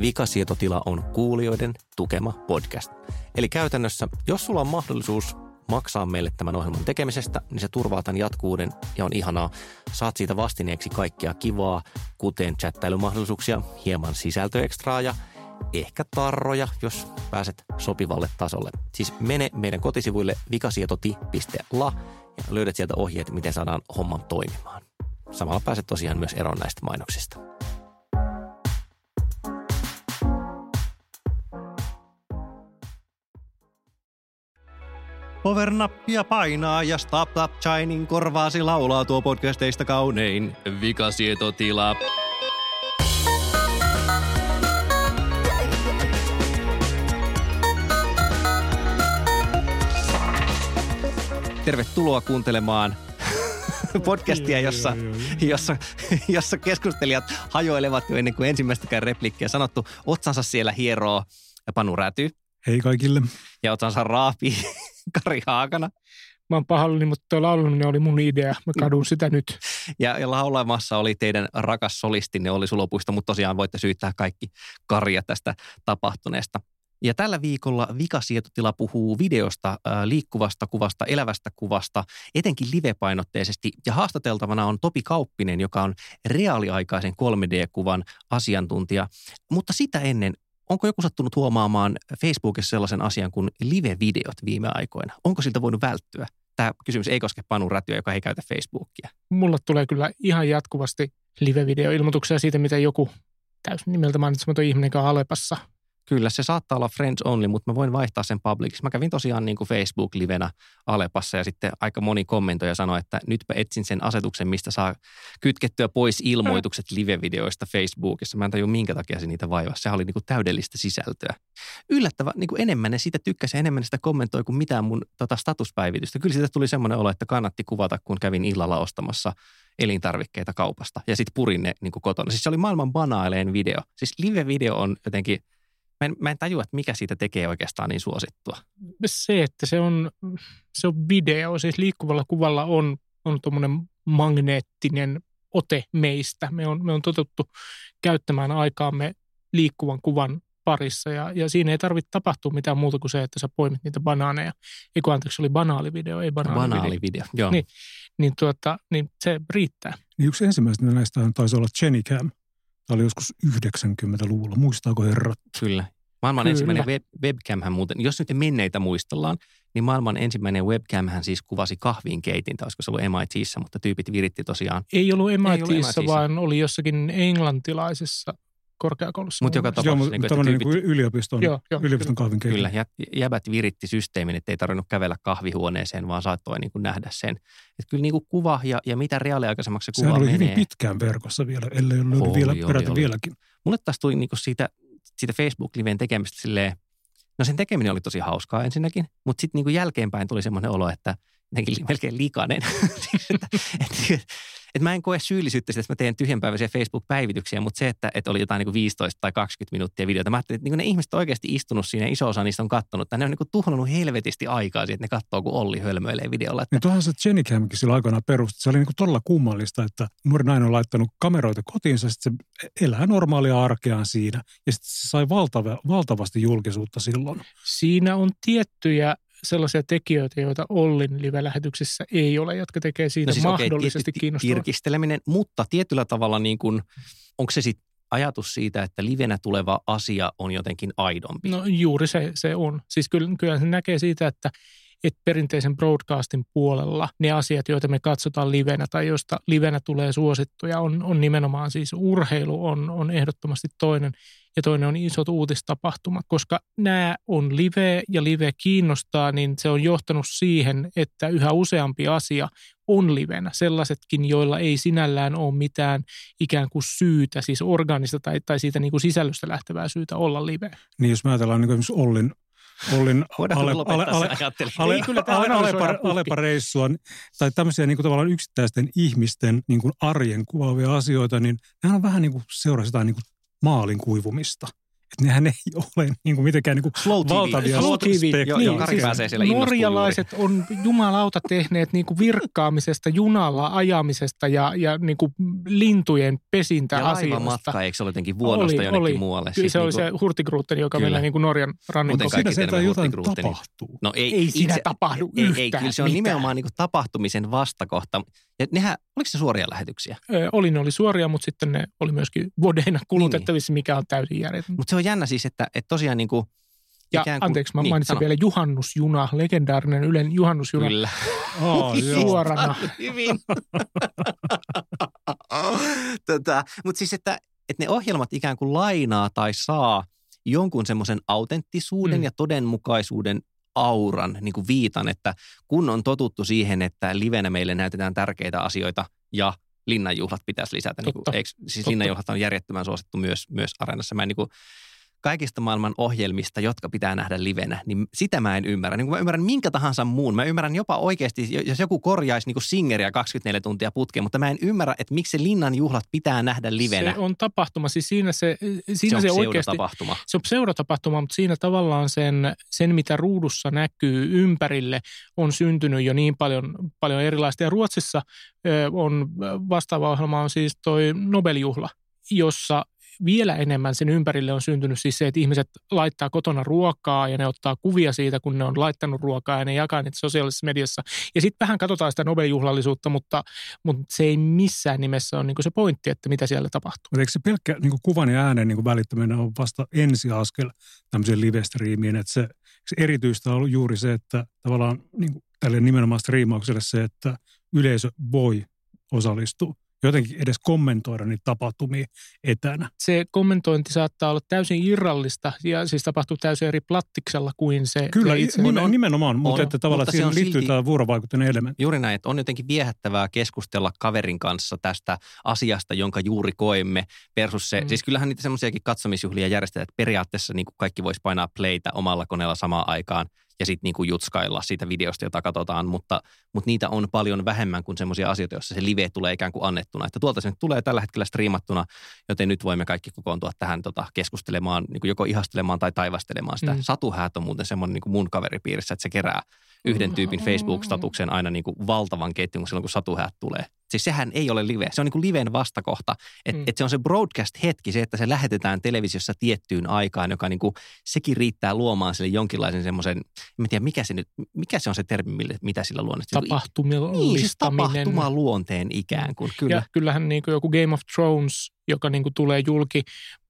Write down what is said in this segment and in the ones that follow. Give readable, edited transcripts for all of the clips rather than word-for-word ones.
Vikasietotila on kuulijoiden tukema podcast. Eli käytännössä, jos sulla on mahdollisuus maksaa meille tämän ohjelman tekemisestä, niin se turvaa tämän jatkuvuuden ja on ihanaa. Saat siitä vastineeksi kaikkea kivaa, kuten chattailumahdollisuuksia, hieman sisältöekstraa ja ehkä tarroja, jos pääset sopivalle tasolle. Siis mene meidän kotisivuille vikasietoti.la ja löydät sieltä ohjeet, miten saadaan homman toimimaan. Samalla pääset tosiaan myös eroon näistä mainoksista. Power-nappia painaa ja Stop Shining korvaasi laulaa tuo podcasteista kaunein Vikasietotila. Tervetuloa kuuntelemaan podcastia, jossa keskustelijat hajoilevat jo ennen kuin ensimmäistäkään replikkiä sanottu. Otsansa siellä hieroo Panu Räty. Hei kaikille. Ja otsansa raapii Kari Haakana. Mä oon pahoillani, mutta tuo laulaminen oli mun idea. Mä kadun sitä nyt. Ja laulamassa oli teidän rakas solistinne Olli Sulopuisto, mutta tosiaan voitte syyttää kaikki Karia tästä tapahtuneesta. Ja tällä viikolla Vikasietotila puhuu videosta, liikkuvasta kuvasta, elävästä kuvasta, etenkin livepainotteisesti. Ja haastateltavana on Topi Kauppinen, joka on reaaliaikaisen 3D-kuvan asiantuntija. Mutta sitä ennen, onko joku sattunut huomaamaan Facebookissa sellaisen asian kuin live-videot viime aikoina? Onko siltä voinut välttyä? Tämä kysymys ei koske Panu Rätyä, joka ei käytä Facebookia. Mulla tulee kyllä ihan jatkuvasti live-videoilmoituksia siitä, miten joku täysin nimeltä mainitsematon ihminen on Alepassa. Kyllä, se saattaa olla friends only, mutta mä voin vaihtaa sen publiciksi. Mä kävin tosiaan niin kuin Facebook-livenä Alepassa ja sitten aika moni kommentoi sanoi, että nytpä etsin sen asetuksen, mistä saa kytkettyä pois ilmoitukset live-videoista Facebookissa. Mä en tajua, minkä takia se niitä vaivasi. Sehän oli niin kuin täydellistä sisältöä. Yllättävä, niin kuin enemmän ne siitä tykkäsi ja enemmän sitä kommentoi kuin mitään mun statuspäivitystä. Kyllä siitä tuli semmoinen olo, että kannatti kuvata, kun kävin illalla ostamassa elintarvikkeita kaupasta ja sitten purin ne niin kuin kotona. Siis se oli maailman banaalein video. Siis live-video on jotenkin... Mä en tajua, että mikä siitä tekee oikeastaan niin suosittua. Se, että se on video, siis liikkuvalla kuvalla on tuommoinen magneettinen ote meistä. Me on totuttu käyttämään aikaamme liikkuvan kuvan parissa ja siinä ei tarvitse tapahtua mitään muuta kuin se, että sä poimit niitä banaaneja. Se oli banaalivideo, ei banaalivideo, joo. Niin se riittää. Niin yksi ensimmäistä näistä taisi olla Genicam. Tämä oli joskus 90-luvulla. Muistaako herrat? Kyllä. Maailman ensimmäinen webcamhän muuten, jos nyt menneitä muistellaan, niin maailman ensimmäinen webcamhän siis kuvasi kahvinkeitintä. Olisiko se ollut MIT:ssä, mutta tyypit viritti tosiaan. Ei ollut MIT:ssä, vaan oli jossakin englantilaisessa korkeakoulussa. Mutta joka tapauksessa. Joo, tämmöinen yliopiston kahvinkeitin. Kyllä, jäbät viritti systeemin, että ei tarvinnut kävellä kahvihuoneeseen, vaan saattoi niin kuin nähdä sen. Että kyllä niin kuin kuva ja mitä reaaliaikaisemmaksi se kuva menee. Sehän oli hyvin pitkään verkossa vielä, ellei ole vielä peräti vieläkin. Mulle taas tuli niin kuin siitä Facebook-liven tekemistä silleen, no sen tekeminen oli tosi hauskaa ensinnäkin, mutta sitten niin kuin jälkeenpäin tuli semmoinen olo, että jotenkin melkein likainen. Että mä en koe syyllisyyttä siitä, että mä teen tyhjänpäiväisiä Facebook-päivityksiä, mutta se, että oli jotain niin kuin 15 tai 20 minuuttia videota. Mä ajattelin, että niin ne ihmiset on oikeasti istunut siinä, iso osa niistä on kattonut. Tai ne on niin kuin tuhlannut helvetisti aikaa siihen, että ne katsoo, kun Olli hölmöilee videolla. Että... Niin tuohan se Genicamkin sillä aikanaan perusti. Se oli niin kuin todella kummallista, että nuori nainen on laittanut kameroita kotiinsa, sitten se elää normaalia arkeaan siinä. Ja sitten se sai valtavasti julkisuutta silloin. Siinä on tiettyjä sellaisia tekijöitä, joita Ollin live-lähetyksissä ei ole, jotka tekee siitä no siis mahdollisesti kiinnostavaa. Kirkisteleminen, mutta tietyllä tavalla niin kuin, onko se sitten ajatus siitä, että livenä tuleva asia on jotenkin aidompi? No juuri se on. Siis kyllä se näkee siitä, että perinteisen broadcastin puolella ne asiat, joita me katsotaan livenä tai joista livenä tulee suosittuja, on nimenomaan siis urheilu on ehdottomasti toinen. Ja toinen on isot uutistapahtumat, koska nämä on live ja live kiinnostaa, niin se on johtanut siihen, että yhä useampi asia on livenä. Sellaisetkin, joilla ei sinällään ole mitään ikään kuin syytä, siis orgaanista tai siitä niin kuin sisällöstä lähtevää syytä olla live. Niin jos me ajatellaan niin kuin esimerkiksi Ollin Alepa-reissua tai tämmöisiä niin kuin tavallaan yksittäisten ihmisten niin kuin arjen kuvaavia asioita, niin nehän on vähän niin kuin seuraa sitä niin kuin maalin kuivumista. että nehän ei ole niin kuin mitenkään niin kuin valtavia. Slow TV. Joo, Kari pääsee siellä innostuu norjalaiset on jumalauta tehneet niin kuin virkkaamisesta, junalla ajamisesta ja niin kuin lintujen pesintäasioista. Ja matka, eikö se ole jotenkin vuonosta jonnekin muualle? Kyllä se oli se Hurtigruten, joka menee niin kuin Norjan rannikkoon. Siinä sieltä jotain tapahtuu. No ei siinä tapahdu yhtään ei, kyllä se on nimenomaan niin kuin tapahtumisen vastakohta. Ja nehän, oliko se suoria lähetyksiä? Ne oli suoria, mutta sitten ne oli myöskin vodeina kulutettavissa, mikä on täysin järjetön. Mutta se on jännä siis, että tosiaan niin kuin ja anteeksi, mä mainitsin vielä juhannusjuna, legendaarinen Ylen juhannusjuna. Kyllä. Suorana. Hyvin. Mutta siis, että ne ohjelmat ikään kuin lainaa tai saa jonkun semmoisen autenttisuuden ja todenmukaisuuden auran, niin kuin viitan, että kun on totuttu siihen, että livenä meille näytetään tärkeitä asioita ja linnanjuhlat pitäisi lisätä. Siis linnanjuhlat on järjettömän suosittu myös Areenassa. Mä en niin kuin kaikista maailman ohjelmista, jotka pitää nähdä livenä, niin sitä mä en ymmärrä. Niin kuin mä ymmärrän minkä tahansa muun. Mä ymmärrän jopa oikeasti, jos joku korjaisi niin kuin Singeriä 24 tuntia putkeen, mutta mä en ymmärrä, että miksi se linnanjuhlat pitää nähdä livenä. Se on tapahtuma. Siis siinä se on oikeasti, se on pseudotapahtuma, mutta siinä tavallaan sen, mitä ruudussa näkyy ympärille, on syntynyt jo niin paljon erilaista. Ja Ruotsissa on vastaava ohjelma on siis toi Nobel-juhla, jossa vielä enemmän sen ympärille on syntynyt siis se, että ihmiset laittaa kotona ruokaa ja ne ottaa kuvia siitä, kun ne on laittanut ruokaa ja ne jakaa niitä sosiaalisessa mediassa. Ja sitten vähän katsotaan sitä Nobel-juhlallisuutta, mutta se ei missään nimessä ole niin kuin se pointti, että mitä siellä tapahtuu. Mutta eikö se pelkkä niin kuin kuvan ja äänen niin kuin välittäminen on vasta ensiaskel tämmöiseen live-striimiin, että se erityistä on ollut juuri se, että tavallaan niin kuin tälle nimenomaan striimaukselle se, että yleisö voi osallistua. Jotenkin edes kommentoida niitä tapahtumia etänä. Se kommentointi saattaa olla täysin irrallista ja siis tapahtuu täysin eri plattiksella kuin se. Kyllä, nimenomaan, mutta että tavallaan siihen liittyy tämä vuorovaikutteinen elementti. Juuri näin, että on jotenkin viehättävää keskustella kaverin kanssa tästä asiasta, jonka juuri koemme versus se. Siis kyllähän niitä semmoisiakin katsomisjuhlia järjestetään, että periaatteessa niin kuin kaikki voisi painaa playtä omalla koneella samaan aikaan ja sitten niin kuin jutskailla siitä videosta, jota katsotaan, mutta niitä on paljon vähemmän kuin semmoisia asioita, joissa se live tulee ikään kuin annettuna. Että tuolta se nyt tulee tällä hetkellä striimattuna, joten nyt voimme kaikki kokoontua tähän keskustelemaan, niin kuin joko ihastelemaan tai taivastelemaan sitä. Satuhäät on muuten semmoinen niin kuin mun kaveripiirissä, että se kerää yhden tyypin Facebook-statuksen aina niin kuin valtavan ketjun silloin, kun satuhäät tulee. Siis sehän ei ole live. Se on niin kuin liven vastakohta. Että se on se broadcast-hetki, se, että se lähetetään televisiossa tiettyyn aikaan, joka niin kuin, sekin riittää luomaan sille jonkinlaisen semmoisen, en tiedä mikä se on se termi, mitä sillä luonnollisesti. Niin, siis tapahtumaluonteen ikään kuin, kyllä. Ja kyllähän niin kuin joku Game of Thrones, joka niin kuin tulee julki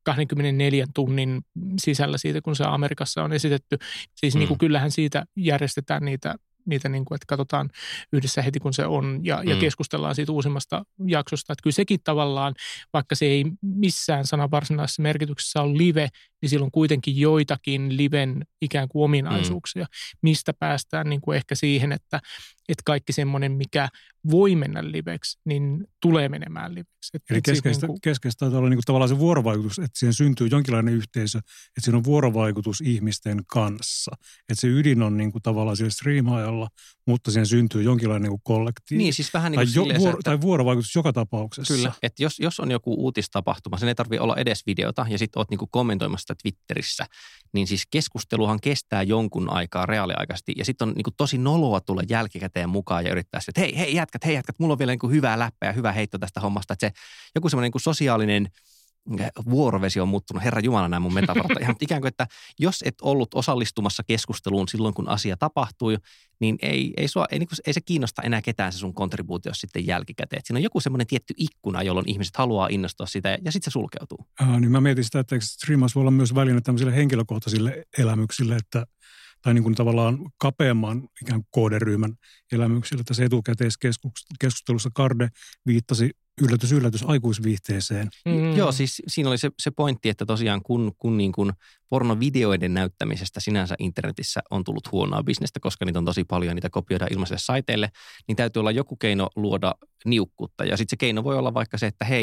24 tunnin sisällä siitä, kun se Amerikassa on esitetty. Siis niin kuin kyllähän siitä järjestetään niitä niin kuin, että katsotaan yhdessä heti, kun se on, ja keskustellaan siitä uusimmasta jaksosta. Että kyllä sekin tavallaan, vaikka se ei missään sanan varsinaisessa merkityksessä ole live, niin silloin kuitenkin joitakin liven ikään kuin ominaisuuksia, mistä päästään niin kuin ehkä siihen, että kaikki semmoinen, mikä voi mennä liveksi, niin tulee menemään liveksi. Eli keskeistä on olla niin kuin tavallaan se vuorovaikutus, että siihen syntyy jonkinlainen yhteisö, että siinä on vuorovaikutus ihmisten kanssa. Että se ydin on niin kuin tavallaan siellä striimaajalla, mutta siihen syntyy jonkinlainen niin kuin kollektiivi. Niin, siis vähän niin kuin tai vuorovaikutus joka tapauksessa. Kyllä, että jos on joku uutistapahtuma, sen ei tarvitse olla edes videota, ja sitten oot niin kuin kommentoimassa Twitterissä, niin siis keskusteluhan kestää jonkun aikaa reaaliaikaisesti, ja sitten on niin kuin tosi noloa tulla jälkikäteen mukaan ja yrittää se, että hei jätkät, mulla on vielä niin kuin hyvää läppää ja hyvä heitto tästä hommasta, että se joku semmoinen niin kuin sosiaalinen vuorovesi on muuttunut, herra Jumala nämä mun metaforat. Ihan ikään kuin, että jos et ollut osallistumassa keskusteluun silloin, kun asia tapahtui, niin ei se kiinnosta enää ketään se sun kontribuutio sitten jälkikäteen. Et siinä on joku semmoinen tietty ikkuna, jolloin ihmiset haluaa innostua sitä ja sitten se sulkeutuu. Niin mä mietin sitä, että striimaus voi olla myös väline tämmöisille henkilökohtaisille elämyksille, tai niin kuin tavallaan kapeamman ikään kuin kohderyhmän elämyksille. Tässä etukäteiskeskustelussa Karde viittasi yllätys aikuisviihteeseen. Joo, siis siinä oli se pointti, että tosiaan kun niin kuin pornovideoiden näyttämisestä sinänsä internetissä on tullut huonoa bisnestä, koska niitä on tosi paljon, niitä kopioidaan ilmaiselle saiteille, niin täytyy olla joku keino luoda niukkuutta. Ja sitten se keino voi olla vaikka se, että hei,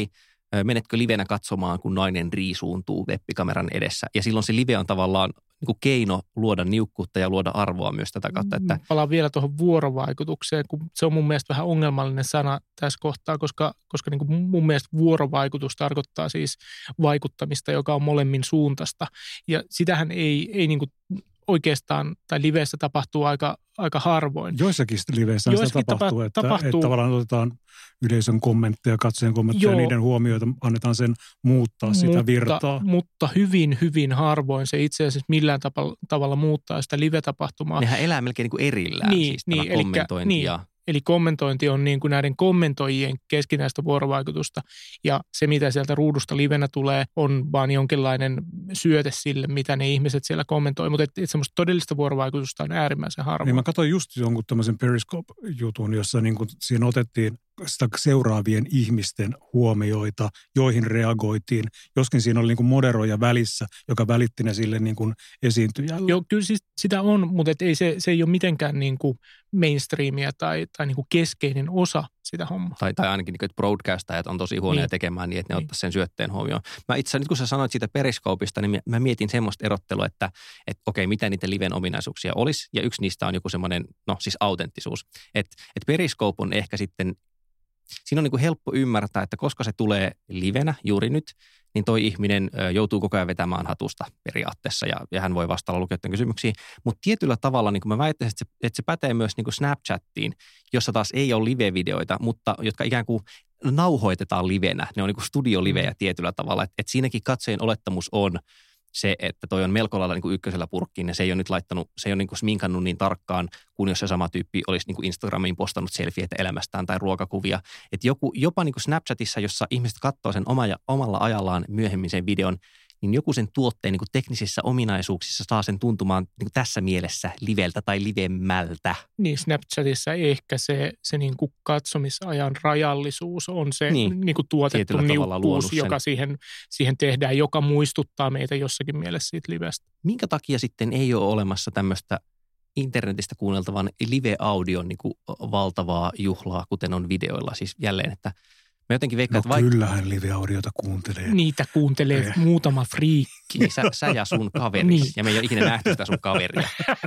menetkö livenä katsomaan, kun nainen riisuuntuu webbikameran edessä. Ja silloin se live on tavallaan niin kuin keino luoda niukkuutta ja luoda arvoa myös tätä kautta. Että palaan vielä tuohon vuorovaikutukseen, kun se on mun mielestä vähän ongelmallinen sana tässä kohtaa, koska niin kuin mun mielestä vuorovaikutus tarkoittaa siis vaikuttamista, joka on molemmin suuntaista. Ja sitähän ei niin kuin oikeastaan, tai liveissä tapahtuu aika harvoin. Joissakin liveissä se tapahtuu, että tavallaan otetaan yleisön kommentteja, katsojen kommentteja, niiden huomioita, annetaan sen muuttaa sitä virtaa. Mutta hyvin, hyvin harvoin se itse asiassa millään tavalla muuttaa sitä live-tapahtumaa. Nehän elää melkein niin kuin erillään, siis tämä kommentointi ja... Eli kommentointi on niin kuin näiden kommentoijien keskinäistä vuorovaikutusta ja se, mitä sieltä ruudusta livenä tulee, on vaan jonkinlainen syöte sille, mitä ne ihmiset siellä kommentoi. Mutta semmoista todellista vuorovaikutusta on äärimmäisen harvoin. Niin mä katsoin just jonkun tämmöisen Periscope-jutun, jossa niin kuin siinä otettiin sitä seuraavien ihmisten huomioita, joihin reagoitiin. Joskin siinä oli niin kuin moderoija välissä, joka välitti ne sille niin kuin esiintyjälle. Joo, kyllä siis sitä on, mutta se ei ole mitenkään niin kuin mainstreamia tai niin kuin keskeinen osa sitä hommaa. Tai ainakin, että broadcastajat on tosi huonoja tekemään niin, että ne ottaa sen syötteen huomioon. Mä itse nyt kun sä sanoit siitä Periscopeista, niin mä mietin semmoista erottelua, että okei, mitä niiden liven ominaisuuksia olisi. Ja yksi niistä on joku semmoinen, siis autenttisuus. Että Periscope on ehkä sitten, siinä on niin kuin helppo ymmärtää, että koska se tulee livenä juuri nyt, niin toi ihminen joutuu koko ajan vetämään hatusta periaatteessa ja hän voi vastailla lukijoiden kysymyksiin. Mutta tietyllä tavalla niin kuin mä väittäisin, että se pätee myös niin kuin Snapchattiin, jossa taas ei ole live-videoita, mutta jotka ikään kuin nauhoitetaan livenä. Ne on niin kuin studiolivejä tietyllä tavalla. Että siinäkin katsojien olettamus on se, että toi on melko lailla niin kuin ykkösellä purkkiin ja se ei ole nyt laittanut, se ei ole niin kuin sminkannut niin tarkkaan kuin jos se sama tyyppi olisi niin kuin Instagramiin postannut selfieitä elämästään tai ruokakuvia. Että jopa niin kuin Snapchatissa, jossa ihmiset katsoo sen omalla ajallaan myöhemmin sen videon, niin joku sen tuotteen niin kuin teknisissä ominaisuuksissa saa sen tuntumaan niin kuin tässä mielessä liveltä tai livemmältä. Niin, Snapchatissa ehkä se niin kuin katsomisajan rajallisuus on se niin kuin tuotettu niukkuus, joka siihen tehdään, joka muistuttaa meitä jossakin mielessä siitä livestä. Minkä takia sitten ei ole olemassa tämmöistä internetistä kuunneltavan live-audion niin kuin valtavaa juhlaa, kuten on videoilla? Siis jälleen, että mä jotenkin veikkaan, että kyllähän live-audiota kuuntelee. Niitä kuuntelee muutama friikki. Niin, sä ja sun kaveri. Niin. Ja me ei ole ikinä nähty sitä sun kaveria.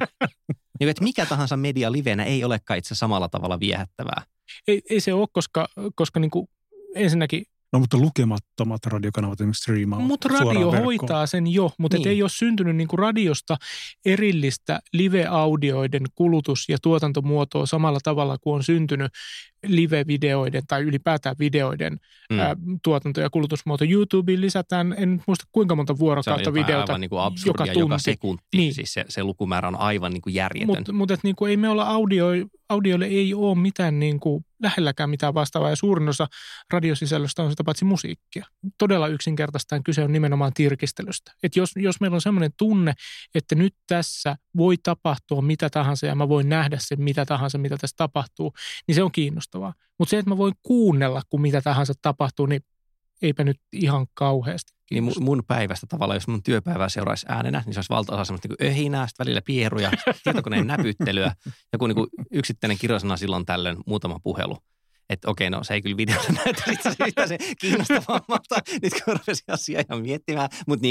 Niin, että mikä tahansa media livenä ei olekaan itse samalla tavalla viehättävää. Ei se ole, koska niin kuin ensinnäkin... No mutta lukemattomat radiokanavat esimerkiksi striimaavat. Mutta radio hoitaa sen jo, mutta ei ole syntynyt niin kuin radiosta erillistä live-audioiden kulutus- ja tuotantomuotoa samalla tavalla kuin on syntynyt live-videoiden tai ylipäätään videoiden tuotanto- ja kulutusmuoto. YouTubeen lisätään, en muista kuinka monta vuorokautta videota aivan niin kuin absurdia joka sekunti. Niin. Siis se lukumäärä on aivan niin kuin järjetön. Mutta niin kuin ei me olla audioille ei ole mitään niin kuin lähelläkään mitään vastaavaa ja suurin osa radiosisällöstä on sitä paitsi musiikkia. Todella yksinkertaistaan kyse on nimenomaan tirkistelystä. Että jos meillä on semmoinen tunne, että nyt tässä voi tapahtua mitä tahansa ja mä voin nähdä sen mitä tahansa, mitä tässä tapahtuu, niin se on kiinnostavaa. Mutta se, että mä voin kuunnella, kun mitä tahansa tapahtuu, niin eipä nyt ihan kauheasti. Niin mun päivästä tavallaan, jos mun työpäivää seuraisi äänenä, niin se olisi valtaosa semmoista niin öhinää, sitten välillä pieruja, tietokoneen näpyttelyä, joku niin kuin yksittäinen kirjasana silloin tällöin, muutama puhelu. Että okei, no se ei kyllä videolla näytä itse se kiinnostavammalta, nyt kun rupesin asiaa ihan miettimään.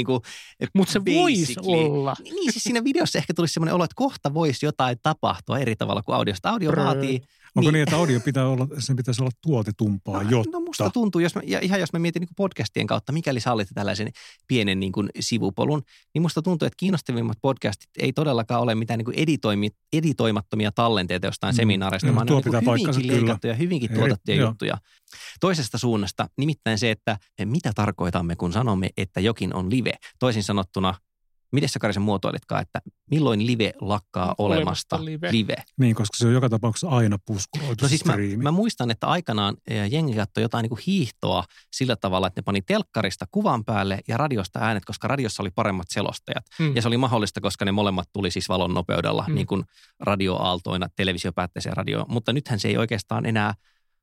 Mutta se voisi olla. Niin, siis siinä videossa ehkä tulisi semmoinen olo, että kohta voisi jotain tapahtua eri tavalla kuin audiosta. Audio vaatii... Onko niin, että audio pitäisi olla tuotetumpaa, jotta... No musta tuntuu, jos mä mietin niin kuin podcastien kautta, mikäli sallitte tällaisen pienen niin kuin sivupolun, niin musta tuntuu, että kiinnostavimmat podcastit ei todellakaan ole mitään niin kuin editoimattomia tallenteita jostain seminaareista, vaan ne on niin hyvinkin leikattuja, hyvinkin tuotettuja juttuja. Toisesta suunnasta nimittäin se, että mitä tarkoitamme, kun sanomme, että jokin on live. Toisin sanottuna, miten sä Kari sen muotoilitkaan, että milloin live lakkaa olemasta live? Niin, koska se on joka tapauksessa aina puskuroitu striimi. Mä muistan, että aikanaan jengi katsoi jotain niin kuin hiihtoa sillä tavalla, että ne pani telkkarista kuvan päälle ja radiosta äänet, koska radiossa oli paremmat selostajat. Ja se oli mahdollista, koska ne molemmat tuli siis valon nopeudella, niin kuin radioaaltoina, televisiopäätteiseen radioon. Mutta nythän se ei oikeastaan enää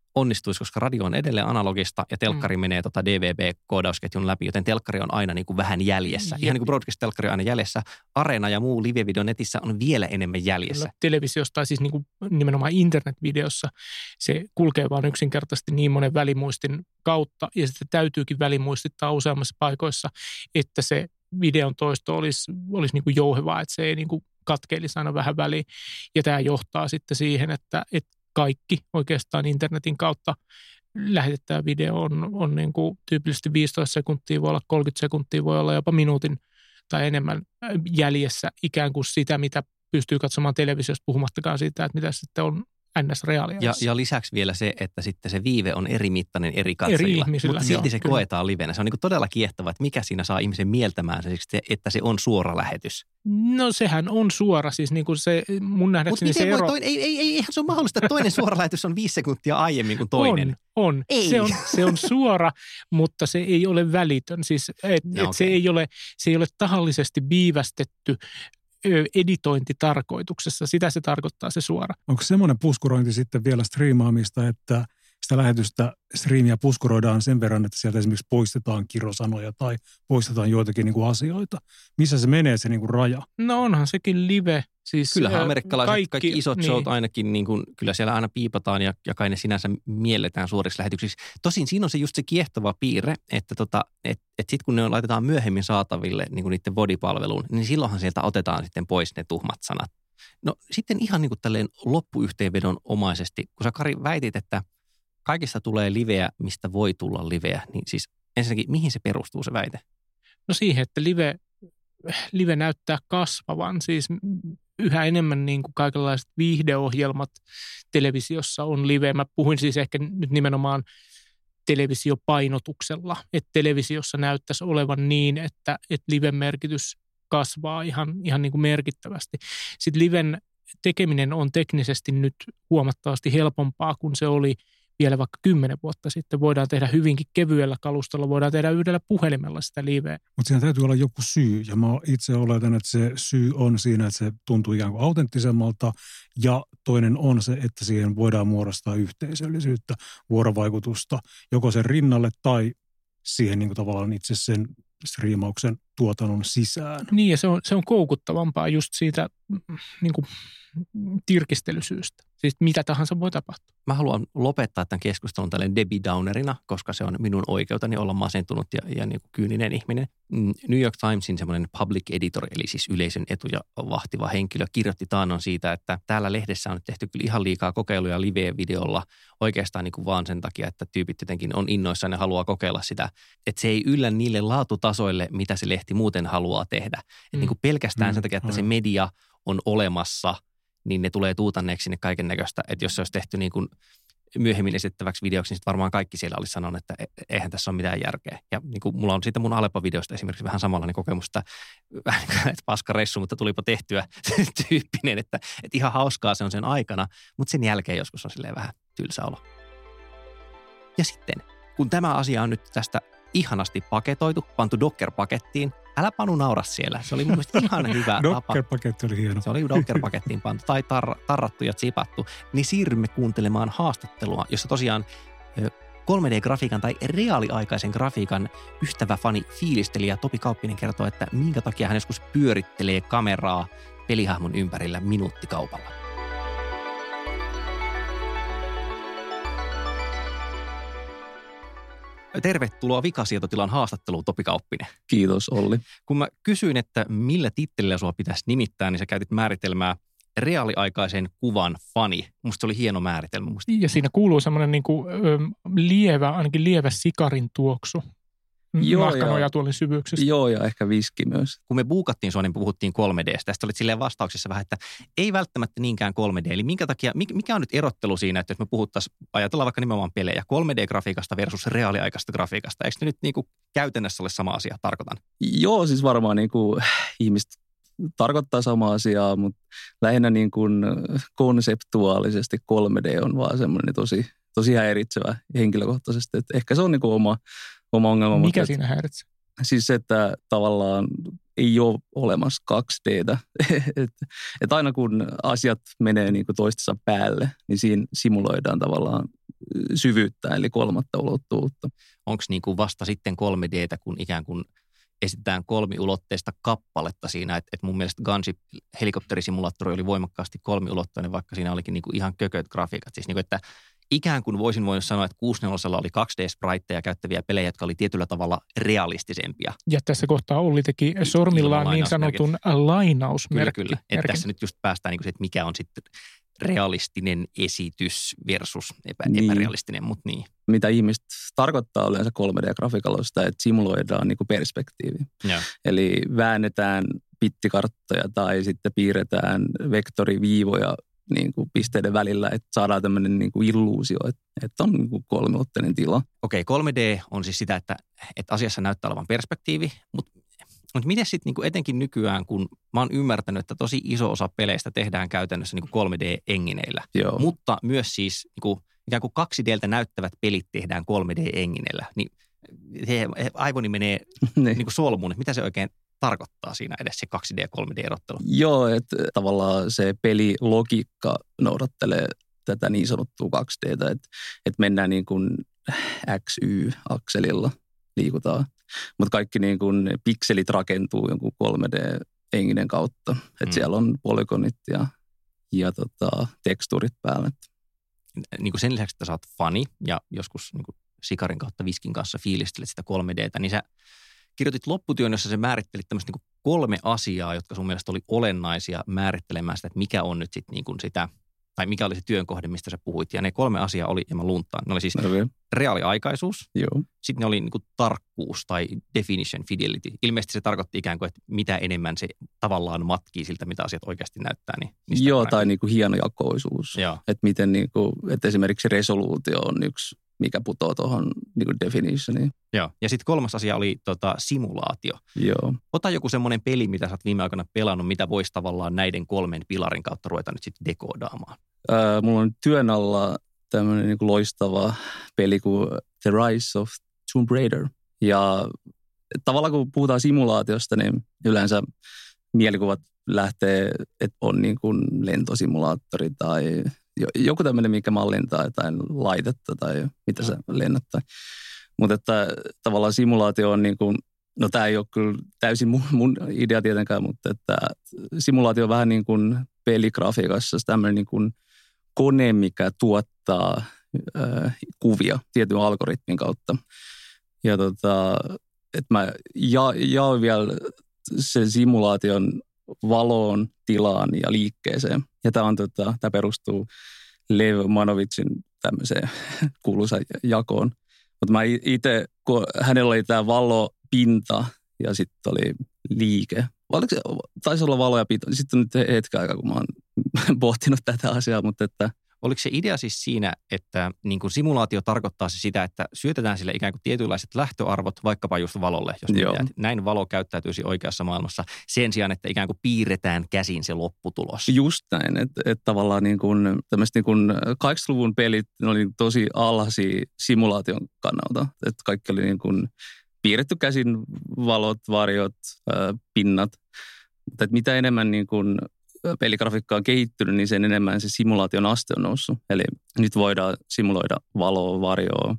onnistuisi, koska radio on edelleen analogista ja telkkari menee DVB-koodausketjun läpi, joten telkkari on aina niin kuin vähän jäljessä. Ihan niin kuin broadcast-telkkari on aina jäljessä. Areena ja muu live-video netissä on vielä enemmän jäljessä. Kyllä, televisiosta tai siis niin kuin nimenomaan internetvideossa se kulkee vaan yksinkertaisesti niin monen välimuistin kautta ja sitten täytyykin välimuistittaa useammassa paikoissa, että se videon toisto olisi niin kuin jouhevaa, että se ei niin kuin katkeilisi aina vähän väliin. Ja tämä johtaa sitten siihen, että kaikki oikeastaan internetin kautta lähetettävä video on niin kuin tyypillisesti 15 sekuntia, voi olla 30 sekuntia, voi olla jopa minuutin tai enemmän jäljessä ikään kuin sitä, mitä pystyy katsomaan televisiosta, puhumattakaan siitä, että mitä sitten on NS-reaaliajassa. Ja lisäksi vielä se, että sitten se viive on eri mittainen eri katsojilla. Mutta silti se koetaan livenä. Se on niin kuin todella kiehtova, että mikä siinä saa ihmisen mieltämään se, että se on suora lähetys. No sehän on suora, siis niin kuin se mun nähdäkseni se ero. Eihän se ole mahdollista, että toinen suora lähetys on 5 sekuntia aiemmin kuin toinen. On. Se on suora, mutta se ei ole välitön. Siis se ei ole tahallisesti viivästetty editointitarkoituksessa. Sitä se tarkoittaa se suora. Onko semmoinen puskurointi sitten vielä striimaamista, että sitä lähetystä striimiä puskuroidaan sen verran, että sieltä esimerkiksi poistetaan kirosanoja tai poistetaan joitakin niin kuin asioita? Missä se menee se niin kuin raja? No onhan sekin live. Siis kyllähän amerikkalaiset kaikki isot showt ainakin, niin kuin, kyllä siellä aina piipataan ja kai ne sinänsä mielletään suoriksi lähetyksiksi. Tosin siinä on se just se kiehtova piirre, että sitten kun ne laitetaan myöhemmin saataville niin kuin niiden bodipalveluun, niin silloinhan sieltä otetaan sitten pois ne tuhmat sanat. No sitten ihan niin kuin tälleen loppuyhteenvedon omaisesti, kun sä Kari väitit, että kaikista tulee liveä, mistä voi tulla liveä, niin siis ensinnäkin mihin se perustuu se väite? No siihen, että live näyttää kasvavan, siis yhä enemmän niin kuin kaikenlaiset viihdeohjelmat televisiossa on live. Mä puhuin siis ehkä nyt nimenomaan televisiopainotuksella, että televisiossa näyttäisi olevan niin, että live-merkitys kasvaa ihan niin kuin merkittävästi. Sitten liven tekeminen on teknisesti nyt huomattavasti helpompaa kuin se oli vielä vaikka 10 vuotta sitten. Voidaan tehdä hyvinkin kevyellä kalustolla, voidaan tehdä yhdellä puhelimella sitä liveä. Mutta siinä täytyy olla joku syy, ja mä itse oletan, että se syy on siinä, että se tuntuu ikään kuin autenttisemmalta, ja toinen on se, että siihen voidaan muodostaa yhteisöllisyyttä, vuorovaikutusta, joko sen rinnalle tai siihen niin kuin tavallaan itse sen striimauksen tuotannon sisään. Niin, ja se on koukuttavampaa just siitä niin kuin tirkistelysyystä. Siis mitä tahansa voi tapahtua. Mä haluan lopettaa tämän keskustelun tällainen Debbie Downerina, koska se on minun oikeuteni olla masentunut ja niin kuin kyyninen ihminen. New York Timesin semmoinen public editor, eli siis yleisön etuja vahtiva henkilö, kirjoitti taannon siitä, että täällä lehdessä on nyt tehty kyllä ihan liikaa kokeiluja live-videolla oikeastaan niin kuin vaan sen takia, että tyypit jotenkin on innoissaan ja haluaa kokeilla sitä, että se ei yllä niille laatutasoille, mitä se lehti muuten haluaa tehdä. Että niin kuin pelkästään sen takia, että se media on olemassa, niin ne tulee tuutanneeksi sinne kaiken näköistä. Että jos se olisi tehty niin kuin myöhemmin esittäväksi videoksi, niin sitten varmaan kaikki siellä olisi sanonut, että eihän tässä ole mitään järkeä. Ja niin kuin mulla on siitä mun Alepa-videosta esimerkiksi vähän samanlainen kokemus, että paskareissu, mutta tulipa tehtyä tyyppinen, että ihan hauskaa se on sen aikana, mutta sen jälkeen joskus on silleen vähän tylsä olo. Ja sitten, kun tämä asia on nyt tästä ihanasti paketoitu, pantu Docker-pakettiin, älä Panu naura siellä. Se oli mun mielestä ihan hyvä tapa. Docker-paketti oli hieno. Se oli Docker-pakettiin pantu tai tarrattu ja zipattu. Niin siirrymme kuuntelemaan haastattelua, jossa tosiaan 3D-grafiikan tai reaaliaikaisen grafiikan ystävä fani fiilistelijä Topi Kauppinen kertoo, että minkä takia hän joskus pyörittelee kameraa pelihahmon ympärillä minuuttikaupalla. Tervetuloa Vikasietotilan haastatteluun, Topi Kauppinen. Kiitos, Olli. Kun mä kysyin, että millä tittelillä sua pitäisi nimittää, niin sä käytit määritelmää reaaliaikaisen kuvan fani. Musta se oli hieno määritelmä. Ja siinä kuuluu semmoinen niin kuin ainakin lievä sikarin tuoksu. Nahkanojatuolin syvyyksistä. Joo, ja ehkä viski myös. Kun me buukattiin sua, niin puhuttiin 3D:stä. Tästä olit silleen vastauksessa vähän, että ei välttämättä niinkään 3D. Eli minkä takia, mikä on nyt erottelu siinä, että jos me ajatellaan vaikka nimenomaan pelejä, 3D-grafiikasta versus reaaliaikaista grafiikasta. Eikö ne nyt niin kuin käytännössä ole sama asia, tarkoitan? Joo, siis varmaan niin kuin ihmiset tarkoittaa samaa asiaa, mutta lähinnä niin kuin konseptuaalisesti 3D on vaan semmoinen tosi häiritsevä henkilökohtaisesti. Että ehkä se on niin kuin oma ongelma. Mikä siinä häiritsee? Siis se, että tavallaan ei ole olemassa 2D:tä. Että aina kun asiat menee niin kuin toistensa päälle, niin siinä simuloidaan tavallaan syvyyttä, eli kolmatta ulottuvuutta. Onko niin kuin vasta sitten 3D:tä, kun ikään kuin esitetään kolmiulotteista kappaletta siinä, että mun mielestä Gunship helikopterisimulaattori oli voimakkaasti kolmiulotteinen, vaikka siinä olikin niin kuin ihan kököt grafiikat. Siis niin kuin, että ikään kuin voisin sanoa, että 64 oli 2D-spriteja käyttäviä pelejä, jotka oli tietyllä tavalla realistisempia. Ja tässä kohtaa Olli teki sormillaan niin sanotun lainausmerkki. Kyllä. Että tässä nyt just päästään niin kuin se, että mikä on sitten realistinen esitys versus epärealistinen, mutta niin. Mitä ihmiset tarkoittaa yleensä 3D-grafiikalla on sitä, että simuloidaan niin kuin perspektiivi. Ja. Eli väännetään pittikarttoja tai sitten piirretään vektoriviivoja niin kuin pisteiden välillä, että saadaan tämmöinen niin kuin illuusio, että on niin kuin kolmiulotteinen tila. Okei, 3D on siis sitä, että asiassa näyttää olevan perspektiivi, mutta miten sitten niinku etenkin nykyään, kun mä oon ymmärtänyt, että tosi iso osa peleistä tehdään käytännössä niinku 3D-engineillä, Joo. mutta myös siis niinku, ikään kuin 2D:ltä näyttävät pelit tehdään 3D-engineillä, niin aivoni menee niinku solmuun, että mitä se oikein tarkoittaa siinä edes se 2D- ja 3D-erottelu? Joo, että tavallaan se pelilogiikka noudattelee tätä niin sanottua 2D:tä, että mennään niin kuin XY-akselilla liikutaan. Mutta kaikki niin kuin pikselit rakentuu jonkun 3D-enginen kautta. Että siellä on polygonit ja tekstuurit päällä. Niin kuin sen lisäksi, että sä oot fani ja joskus niin kuin sikarin kautta viskin kanssa fiilistelet sitä 3D:tä, niin sä kirjoitit lopputyön, jossa sä määrittelit tämmöistä niin kuin 3 asiaa, jotka sun mielestä oli olennaisia määrittelemään sitä, että mikä on nyt sitten niin kuin sitä, tai mikä oli se työn kohde, mistä sä puhuit. Ja ne 3 asiaa oli, ja mä luntaan, ne oli siis reaaliaikaisuus, Joo. Sitten ne oli niin kuin tarkkuus tai definition fidelity. Ilmeisesti se tarkoitti ikään kuin, että mitä enemmän se tavallaan matkii siltä, mitä asiat oikeasti näyttää. Niin joo, tai niin kuin hienojakoisuus. Että miten niin kuin, että esimerkiksi resoluutio on yksi, mikä putoo tuohon niin kuin definitioniin. Joo, ja sitten 3. asia oli simulaatio. Joo. Ota joku semmoinen peli, mitä sä oot viime aikoina pelannut, mitä voisi tavallaan näiden 3 pilarin kautta ruveta nyt sitten dekoodaamaan. Mulla on työn alla tämmöinen niin kuin loistava peli kuin The Rise of Tomb Raider. Ja tavallaan kun puhutaan simulaatiosta, niin yleensä mielikuvat lähtee, että on niin kuin lentosimulaattori tai joku tämmöinen, mikä mallintaa jotain laitetta tai mitä se lennättää. Mutta että tavallaan simulaatio on niin kuin, no tämä ei ole kyllä täysin mun idea tietenkään, mutta että simulaatio on vähän niin kuin peligrafiikassa tämmöinen niin kuin kone, mikä tuottaa kuvia tietyn algoritmin kautta. Ja että mä jaoin vielä sen simulaation valoon, tilaan ja liikkeeseen. Ja tämä perustuu Lev Manovicin tämmöiseen kuuluisaan jakoon. Mutta mä itse, kun hänellä oli tämä valo, pinta ja sitten oli liike. Taisi olla valo ja pinta. Sitten on nyt hetken aikaa, kun mä oon pohtinut tätä asiaa, mutta että oliko se idea siis siinä, että niin kuin simulaatio tarkoittaa se sitä, että syötetään sille ikään kuin tietynlaiset lähtöarvot vaikkapa just valolle, jos mitään, näin valo käyttäytyisi oikeassa maailmassa sen sijaan, että ikään kuin piirretään käsin se lopputulos. Just näin, että tavallaan niin kuin tämmöiset niin kuin 80-luvun pelit oli tosi alhaisia simulaation kannalta, että kaikki oli niin kuin piirretty käsin valot, varjot, pinnat, mutta että mitä enemmän niin kuin peligrafiikka on kehittynyt, niin sen enemmän se simulaation aste on noussut. Eli nyt voidaan simuloida valoa, varjoa,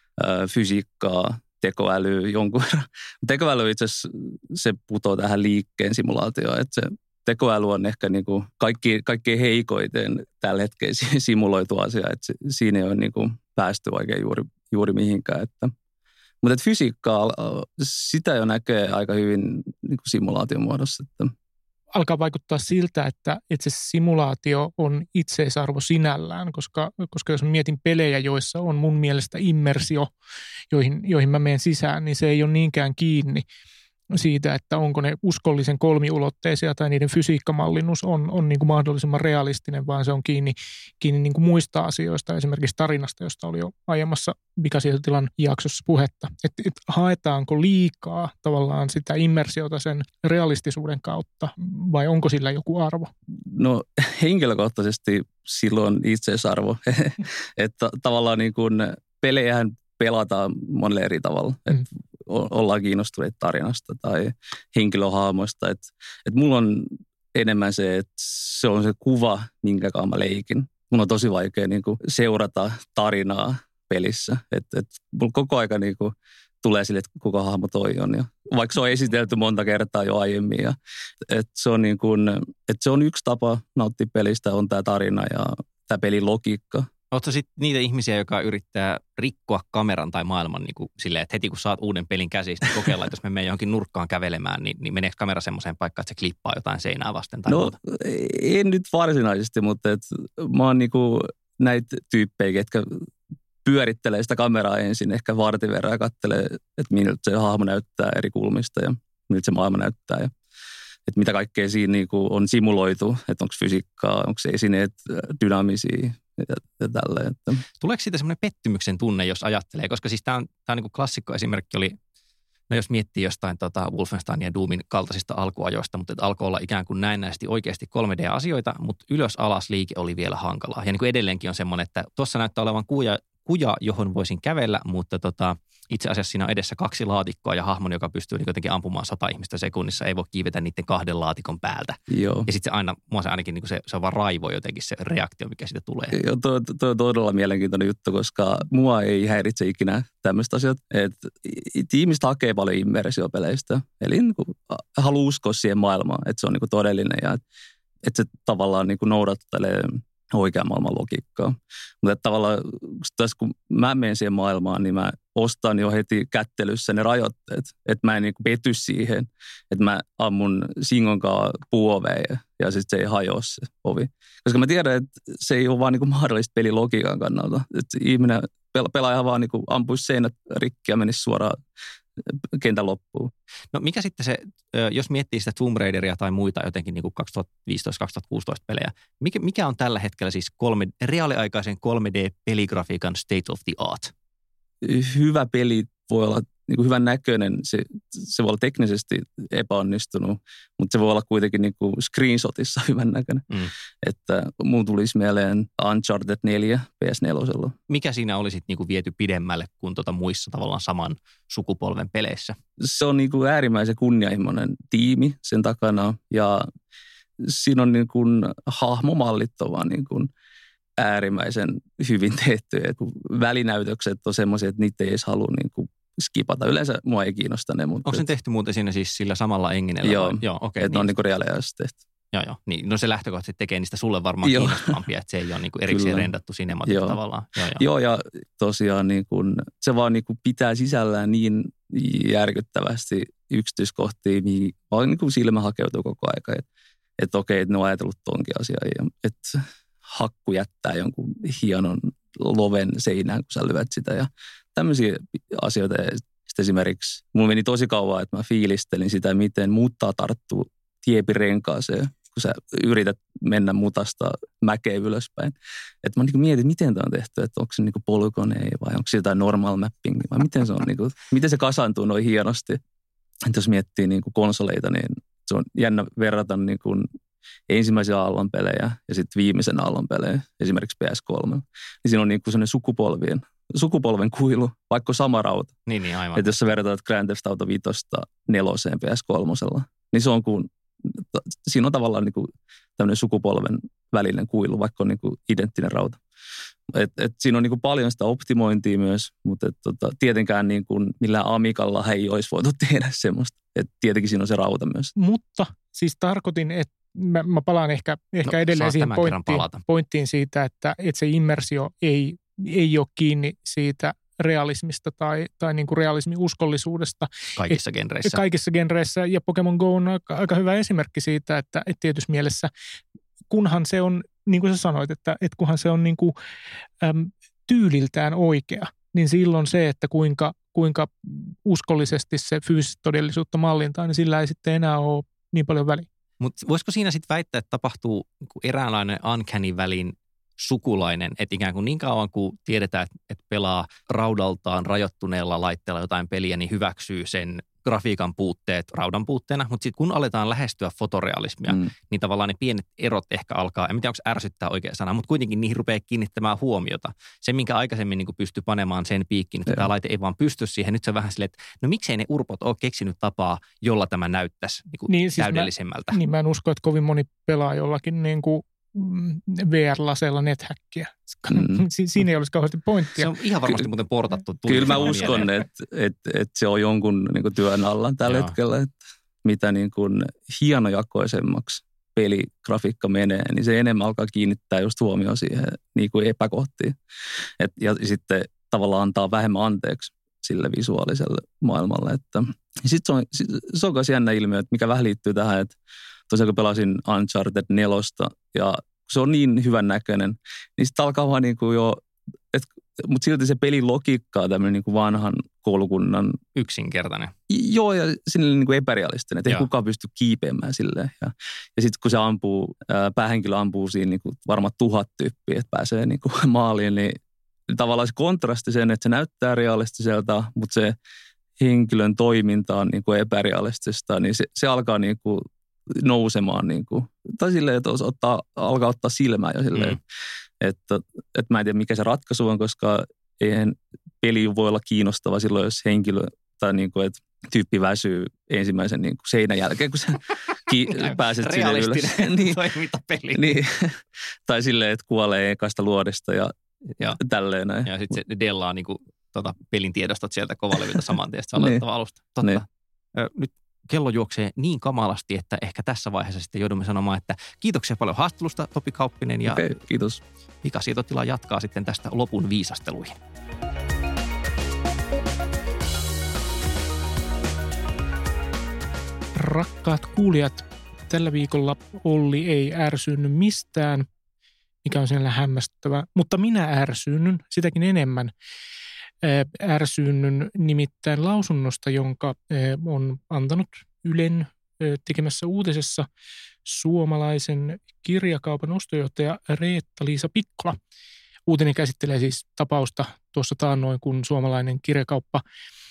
fysiikkaa, tekoälyä jonkun verran. Tekoäly itse asiassa se putoo tähän liikkeen simulaatioon, että se tekoäly on ehkä niin kuin kaikkein heikoiten tällä hetkellä simuloitu asia, että siinä ei ole niin kuin päästy oikein juuri mihinkään. Mutta fysiikkaa, sitä jo näkee aika hyvin niin kuin simulaation muodossa, että alkaa vaikuttaa siltä, että se simulaatio on itseisarvo sinällään, koska jos mietin pelejä, joissa on mun mielestä immersio, joihin mä menen sisään, niin se ei ole niinkään kiinni siitä, että onko ne uskollisen kolmiulotteisia tai niiden fysiikkamallinnus on niin kuin mahdollisimman realistinen, vaan se on kiinni niin kuin muista asioista, esimerkiksi tarinasta, josta oli jo aiemmassa Vikasietotilan jaksossa puhetta. Että haetaanko liikaa tavallaan sitä immersiota sen realistisuuden kautta vai onko sillä joku arvo? No henkilökohtaisesti silloin itseisarvo, että tavallaan niin kuin pelejähän pelataan monelle eri tavalla. Ollaan kiinnostuneet tarinasta tai henkilöhahmoista. Että mulla on enemmän se, että se on se kuva, minkä kanssa mä leikin. mun on tosi vaikea niin kuin seurata tarinaa pelissä. Että mulla koko aika niin kuin tulee sille, että kuka hahmo toi on. Ja vaikka se on esitelty monta kertaa jo aiemmin. Ja, että se on niin kuin, että se on yksi tapa nauttia pelistä, on tämä tarina ja tämä pelin logiikka. Oletko sitten niitä ihmisiä, joka yrittää rikkoa kameran tai maailman niin kuin silleen, että heti kun saat uuden pelin käsistä, niin kokeillaan, että jos me menee johonkin nurkkaan kävelemään, niin meneekö kamera semmoiseen paikkaan, että se klippaa jotain seinää vasten tai muuta? En nyt varsinaisesti, mutta mä oon niinku näitä tyyppejä, ketkä pyörittelee sitä kameraa ensin ehkä vartin verran ja katselee, että miltä se hahmo näyttää eri kulmista ja miltä se maailma näyttää. Ja, että mitä kaikkea siinä niinku on simuloitu, että onko fysiikkaa, onko se esineet dynaamisia ja tälleen. Tuleeko siitä semmoinen pettymyksen tunne, jos ajattelee? Koska siis tämä on niinku klassikko esimerkki oli, no jos miettii jostain Wolfenstein ja Doomin kaltaisista alkuajoista, mutta alkoi olla ikään kuin näennäisesti oikeasti 3D-asioita, mutta ylös-alas liike oli vielä hankalaa. Ja niin kuin edelleenkin on semmoinen, että tuossa näyttää olevan kuja, johon voisin kävellä, mutta itse asiassa siinä on edessä 2 laatikkoa ja hahmon, joka pystyy jotenkin ampumaan 100 ihmistä sekunnissa, ei voi kiivetä niiden 2 laatikon päältä. Joo. Ja sitten se ainakin niin se on vaan raivo jotenkin se reaktio, mikä siitä tulee. Joo, toi on todella mielenkiintoinen juttu, koska mua ei häiritse ikinä tämmöistä asiat. Että ihmiset hakee paljon immersiopeleistä, eli niin kuin haluaa uskoa siihen maailmaan, että se on niin kuin todellinen ja että se tavallaan niin kuin noudattelee oikean maailman logiikkaa. Mutta tavallaan kun mä menen siihen maailmaan, niin mä ostan jo heti kättelyssä ne rajoitteet. Että mä en niin kuin pety siihen, että mä ammun singonkaan puoveen ja sitten se ei hajoa se ovi. Koska mä tiedän, että se ei ole vaan niin kuin mahdollista pelilogiikan kannalta. Että ihminen pelaaja vaan niin kuin ampuisi seinät rikki ja menisi suoraan kentän loppuun. No mikä sitten se, jos miettii sitä Tomb Raideria tai muita jotenkin niin kuin 2015-2016 pelejä, mikä on tällä hetkellä siis reaaliaikaisen 3D-peligrafiikan state of the art? Hyvä peli voi olla niin kuin hyvän näköinen, se voi olla teknisesti epäonnistunut, mutta se voi olla kuitenkin niin kuin screenshotissa hyvän näköinen. Että mun tulisi mieleen Uncharted 4 PS4. Mikä siinä oli sitten niin kuin viety pidemmälle kuin muissa tavallaan saman sukupolven peleissä? Se on niin kuin äärimmäisen kunnianhimoinen tiimi sen takana ja siinä on niin kuin hahmomallit on vaan niin kuin äärimmäisen hyvin tehty. Välinäytökset on semmoisia, että niitä ei edes halua niin kuin skipata. Yleensä mua ei kiinnosta ne. Mutta onko se tehty muuten siinä siis sillä samalla enginellä? Joo, okei. Että ne on niin kuin reaaliajassa tehty. Joo. Niin, no se lähtökohtaisesti tekee niistä sulle varmaan kiinnostavampia, että se ei ole niin kuin erikseen rendattu sinematic tavallaan. Joo, ja tosiaan niin kuin, se vaan niin kuin pitää sisällään niin järkyttävästi yksityiskohtia, mihin vaan niin kuin silmä hakeutuu koko aika. Että okei, että ne on ajatellut tonkin asiaa. Että hakku jättää jonkun hienon loven seinään, kun sä lyöt sitä ja tämmöisiä asioita. Sitten esimerkiksi mulla meni tosi kauan, että mä fiilistelin sitä, miten muuttaa tarttuu tiepirenkaaseen, kun sä yrität mennä mutasta mäkeä ylöspäin. Että mä niin mietin, miten tämä on tehty, että onko se niin polygone vai onko se jotain normal mapping vai miten se on, niin kuin, miten se kasaantuu noin hienosti. Että jos miettii niin kuin konsoleita, niin se on jännä verrata niin kuin ensimmäisen aallon pelejä ja sitten viimeisen aallon pelejä, esimerkiksi PS3. Niin siinä on niin kuin sellainen sukupolven kuilu, vaikka sama rauta. Niin, aivan. Että jos sä vertaat Grand Theft Auto 5 4 PS3, niin se on kuin, siinä on tavallaan niin kuin tämmöinen sukupolven välinen kuilu, vaikka on niin kuin identtinen rauta. Et siinä on niin kuin paljon sitä optimointia myös, mutta tietenkään niin kuin millään Amicalla ei olisi voitu tehdä semmoista. Et tietenkin siinä on se rauta myös. Mutta siis tarkoitin, että mä palaan ehkä edelleen siihen pointtiin siitä, että se immersio ei ole kiinni siitä realismista tai niin kuin realismin uskollisuudesta. Kaikissa genreissä. Ja Pokemon Go on aika hyvä esimerkki siitä, että tietyssä mielessä, kunhan se on, niin kuin sä sanoit, että kunhan se on niin kuin, tyyliltään oikea, niin silloin se, että kuinka uskollisesti se fyysistä todellisuutta mallintaa, niin sillä ei sitten enää ole niin paljon väliä. Mutta voisiko siinä sitten väittää, että tapahtuu eräänlainen uncanny välin sukulainen, että ikään kuin niin kauan kuin tiedetään, että pelaa raudaltaan rajoittuneella laitteella jotain peliä, niin hyväksyy sen grafiikan puutteet raudan puutteena, mutta sitten kun aletaan lähestyä fotorealismia, niin tavallaan ne pienet erot ehkä alkaa, en tiedä onko ärsyttää oikea sana, mutta kuitenkin niihin rupeaa kiinnittämään huomiota. Se, minkä aikaisemmin niin pystyi panemaan sen piikkiin, että tämä laite ei vaan pysty siihen, nyt se on vähän silleen, että no miksei ne urpot ole keksinyt tapaa, jolla tämä näyttäisi niin siis täydellisemmältä. Mä en usko, että kovin moni pelaa jollakin niin kuin VR-laseella nethäkkiä. Siinä ei olisi kauheasti pointtia. Se on ihan varmasti muuten portattu. Kyllä mä uskon, että se on jonkun niin kuin työn alla tällä hetkellä, että mitä niin kuin hienojakoisemmaksi peligrafiikka menee, niin se enemmän alkaa kiinnittää just huomioon siihen niin kuin epäkohtiin. Ja sitten tavallaan antaa vähemmän anteeksi sille visuaaliselle maailmalle. Sitten se on myös jännä ilmiö, että mikä vähän liittyy tähän, että tosiaan kun pelasin Uncharted 4 ja se on niin hyvän näköinen, niin sitten alkaa vaan niin kuin jo, mutta silti se pelin logiikka on tämmöinen niin kuin vanhan koulukunnan. Yksinkertainen. Joo, ja sinne niin kuin epärealistinen, että ei kukaan pysty kiipeämään silleen. Ja sitten kun se päähenkilö ampuu siinä niin kuin varmaan 1000 tyyppiä, että pääsee niin kuin maaliin, niin tavallaan se kontrasti sen, että se näyttää realistiselta, mutta se henkilön toiminta on niin kuin epärealistista, niin se alkaa niin kuin nousemaan niin kuin, tai silleen, että alkaa ottaa silmää jo silleen, että mä en tiedä mikä se ratkaisu on, koska eihän peli voi olla kiinnostava silloin, jos henkilö tai niin kuin, että tyyppi väsyy ensimmäisen niin kuin seinän jälkeen, kun sä pääset sinne ylös. Realistinen toimintapeli. Niin. Tai silleen, että kuolee ekasta luodesta ja tälleen näin. Ja sitten se dellaa niin kuin, pelin tiedostot sieltä kovaleviltä saman tien, että se on aloitettava alusta. Totta. Niin. Nyt kello juoksee niin kamalasti, että ehkä tässä vaiheessa sitten joudumme sanomaan, että kiitoksia paljon haastattelusta, Topi Kauppinen. Ja kiitos. Mika Sietotila jatkaa sitten tästä lopun viisasteluihin. Rakkaat kuulijat, tällä viikolla Olli ei ärsynyt mistään, mikä on sinällä hämmästyttävää, mutta minä ärsyynnyn sitäkin enemmän. Ärsyynnyn nimittäin lausunnosta, jonka on antanut Ylen tekemässä uutisessa suomalaisen kirjakaupan ostojohtaja Reetta-Liisa Pikkola. Uutinen käsittelee siis tapausta tuossa taannoin, kun suomalainen kirjakauppa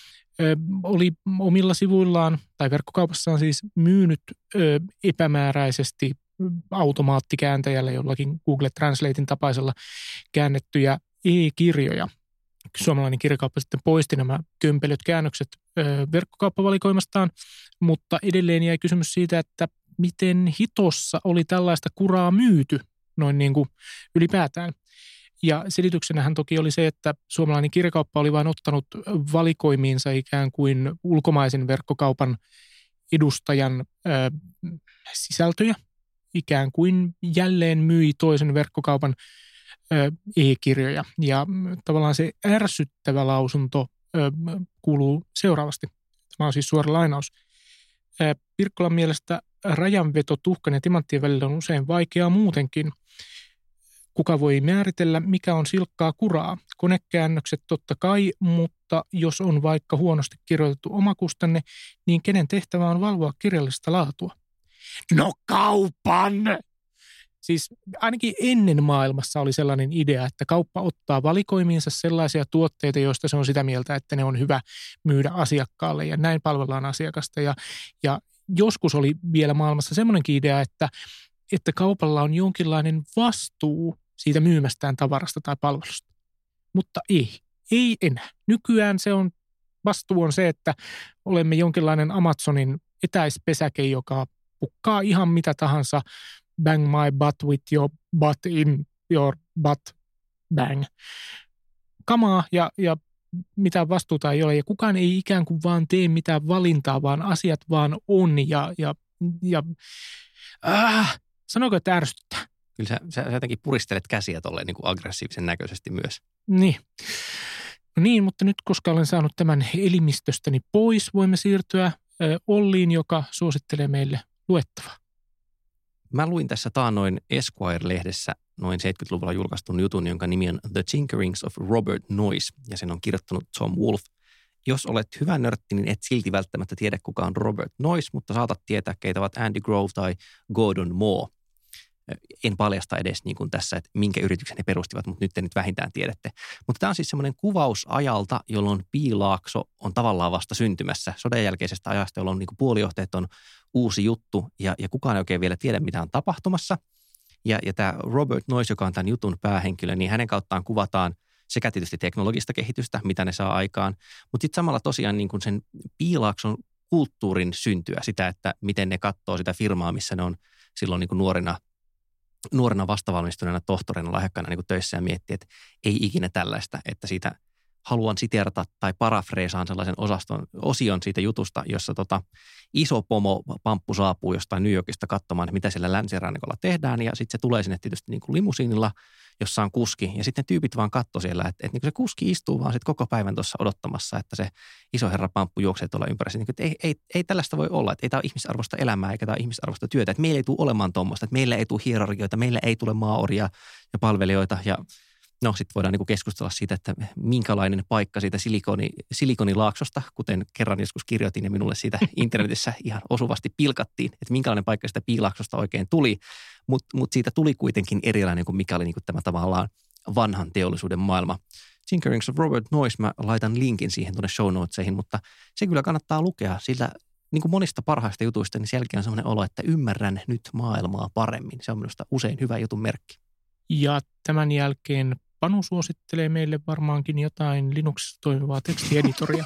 oli omilla sivuillaan tai verkkokaupassaan siis myynyt epämääräisesti automaattikääntäjällä jollakin Google Translatein tapaisella käännettyjä e-kirjoja. Suomalainen kirjakauppa sitten poisti nämä kömpelöt käännökset verkkokauppavalikoimastaan, mutta edelleen jäi kysymys siitä, että miten hitossa oli tällaista kuraa myyty noin niin kuin ylipäätään. Ja selityksenähän toki oli se, että suomalainen kirjakauppa oli vain ottanut valikoimiinsa ikään kuin ulkomaisen verkkokaupan edustajan sisältöjä, ikään kuin jälleen myi toisen verkkokaupan e-kirjoja. Ja tavallaan se ärsyttävä lausunto kuuluu seuraavasti. Tämä on siis suora lainaus. Pirkkolan mielestä rajanveto tuhkan ja timanttien välillä on usein vaikeaa muutenkin. Kuka voi määritellä, mikä on silkkaa kuraa? Konekäännökset totta kai, mutta jos on vaikka huonosti kirjoitettu omakustanne, niin kenen tehtävä on valvoa kirjallista laatua? No kaupan! Siis ainakin ennen maailmassa oli sellainen idea, että kauppa ottaa valikoimiinsa sellaisia tuotteita, joista se on sitä mieltä, että ne on hyvä myydä asiakkaalle ja näin palvellaan asiakasta. Ja joskus oli vielä maailmassa semmoinenkin idea, että kaupalla on jonkinlainen vastuu siitä myymästään tavarasta tai palvelusta. Mutta ei enää. Nykyään vastuu on se, että olemme jonkinlainen Amazonin etäispesäke, joka pukkaa ihan mitä tahansa. Bang my butt with your butt in your butt bang. Kamaa ja mitään vastuuta ei ole. Ja kukaan ei ikään kuin vaan tee mitään valintaa, vaan asiat vaan on. Sanoiko, että ärsyttää? Kyllä sä jotenkin puristelet käsiä tolleen niin kuin aggressiivisen näköisesti myös. Niin. No niin, mutta nyt koska olen saanut tämän elimistöstäni pois, voimme siirtyä Olliin, joka suosittelee meille luettavaa. Mä luin tässä taannoin Esquire-lehdessä noin 70-luvulla julkaistun jutun, jonka nimi on The Tinkerings of Robert Noyce, ja sen on kirjoittanut Tom Wolfe. Jos olet hyvä nörtti, niin et silti välttämättä tiedä, kuka on Robert Noyce, mutta saatat tietää, keitä ovat Andy Grove tai Gordon Moore. En paljasta edes niin kuin tässä, että minkä yrityksen he perustivat, mutta nyt te nyt vähintään tiedätte. Mutta tämä on siis semmoinen kuvaus ajalta, jolloin Piilaakso on tavallaan vasta syntymässä. Sodan jälkeisestä ajasta, jolloin niin kuin puolijohteet on uusi juttu ja kukaan ei oikein vielä tiedä, mitä on tapahtumassa. Ja tämä Robert Noyce, joka on tämän jutun päähenkilö, niin hänen kauttaan kuvataan sekä tietysti teknologista kehitystä, mitä ne saa aikaan, mutta sitten samalla tosiaan niin kuin sen Piilaakson kulttuurin syntyä, sitä, että miten ne katsoo sitä firmaa, missä ne on silloin niin kuin nuorina nuorena vastavalmistuneena tohtorina lahjakkaana niin kuin töissä ja miettii, että ei ikinä tällaista, että siitä haluan siteerata tai parafreesaan sellaisen osion siitä jutusta, jossa iso pamppu saapuu jostain New Yorkista katsomaan, mitä siellä länsirannikolla tehdään ja sitten se tulee sinne tietysti niin kuin limusiinilla, jossa on kuski ja sitten ne tyypit vaan katsoo siellä, että niin kuin se kuski istuu vaan sitten koko päivän tuossa odottamassa, että se iso herra pamppu juoksee tuolla ympäri. Niin kuin, että ei tällaista voi olla, että ei tämä ole ihmisarvoista elämää eikä tämä ole ihmisarvoista työtä, että meillä ei tule olemaan tuommoista, että meillä ei tule hierarkioita, meillä ei tule maaoria ja palvelijoita ja no sitten voidaan niin kuin keskustella siitä, että minkälainen paikka siitä silikonilaaksosta, kuten kerran joskus kirjoitin ja minulle siitä internetissä ihan osuvasti pilkattiin, että minkälainen paikka sitä piilaaksosta oikein tuli, mutta siitä tuli kuitenkin erilainen kuin mikä oli niin kuin tämä tavallaan vanhan teollisuuden maailma. Tinkerings of Robert Noyce, mä laitan linkin siihen tuonne show notesihin, mutta se kyllä kannattaa lukea, sillä niin kuin monista parhaista jutuista, niin selkeä on sellainen olo, että ymmärrän nyt maailmaa paremmin. Se on minusta usein hyvä jutun merkki. Ja tämän jälkeen Panu suosittelee meille varmaankin jotain Linuxissa toimivaa tekstieditoria.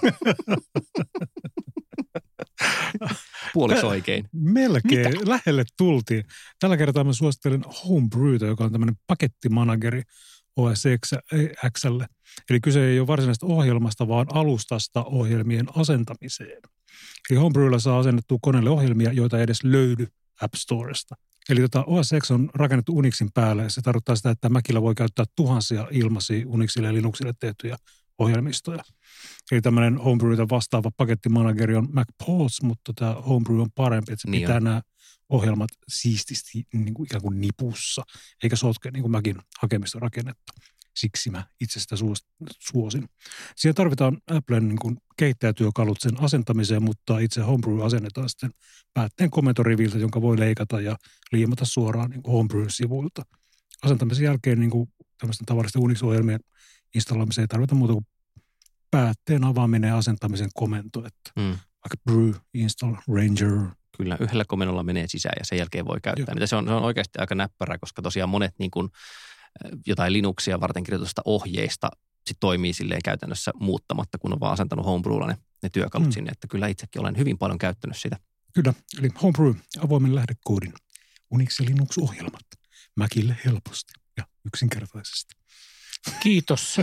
Puoliksi oikein. Melkein. Mitä? Lähelle tultiin. Tällä kertaa mä suosittelen Homebrewta, joka on tämmöinen pakettimanageri OS X:lle. Eli kyse ei ole varsinaisesta ohjelmasta, vaan alustasta ohjelmien asentamiseen. Eli Homebrewlla saa asennettua koneelle ohjelmia, joita ei edes löydy App Storesta. Eli OS X on rakennettu Unixin päälle. Se tarkoittaa sitä, että Macillä voi käyttää tuhansia ilmaisia Unixille ja Linuxille tehtyjä ohjelmistoja. Eli tämmöinen Homebrewta vastaava pakettimanageri on MacPaws, mutta tämä Homebrew on parempi, että se pitää nämä ohjelmat siististi niin kuin ikään kuin nipussa, eikä sotke niin kuin Macin hakemisrakennetta. Siksi mä itse sitä suosin. Siihen tarvitaan Applen niin kuin kehittäjätyökalut sen asentamiseen, mutta itse Homebrew asennetaan sitten päätteen komentoriviltä, jonka voi leikata ja liimata suoraan niin kuin Homebrew-sivuilta. Asentamisen jälkeen niin kuin tämmöisten tavallisten Unix-ohjelmien installoimiseen ei tarvita muuta kuin päätteen avaaminen ja asentamisen komento, että vaikka brew, install, ranger. Kyllä, yhdellä komennolla menee sisään ja sen jälkeen voi käyttää niitä. Se on oikeasti aika näppärä, koska tosiaan monet niin kuin jotain Linuxia varten kirjoitusta ohjeista sit toimii silleen käytännössä muuttamatta, kun on vaan asentanut Homebrewlla ne työkalut sinne, että kyllä itsekin olen hyvin paljon käyttänyt sitä. Kyllä, eli Homebrew, avoimen lähdekoodin, Unix- ja Linux-ohjelmat, Macille helposti ja yksinkertaisesti. Kiitos.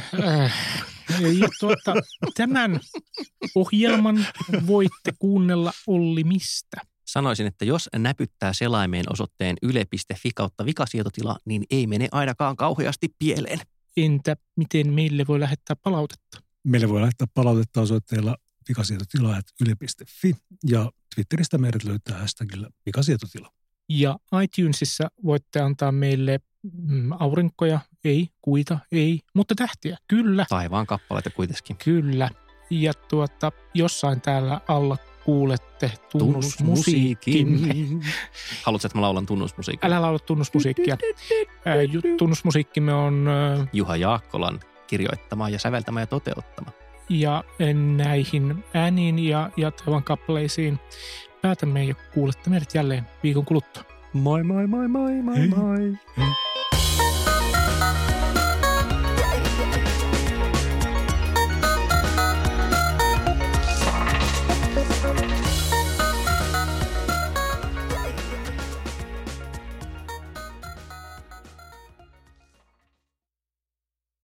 Tämän ohjelman voitte kuunnella Olli mistä? Sanoisin, että jos näpyttää selaimeen osoitteen yle.fi/vikasietotila, niin ei mene ainakaan kauheasti pieleen. Entä miten meille voi lähettää palautetta? Meille voi lähettää palautetta osoitteella vikasietotila@yle.fi ja Twitteristä meidät löytää hashtagillä vikasietotila. Ja iTunesissa voitte antaa meille aurinkoja, ei, kuita, ei, mutta tähtiä, kyllä. Taivaan kappaleita kuitenkin. Kyllä. Ja jossain täällä alla kuulette tunnusmusiikin. Haluatko, että mä laulan tunnusmusiikin? Älä laula tunnusmusiikkia. Tunnusmusiikkimme on Juha Jaakkolan kirjoittama ja säveltämä ja toteuttama. Ja näihin ääniin ja taivaan kappaleisiin päätämme ja kuulette meidät jälleen viikon kuluttua. Moi moi moi moi moi moi.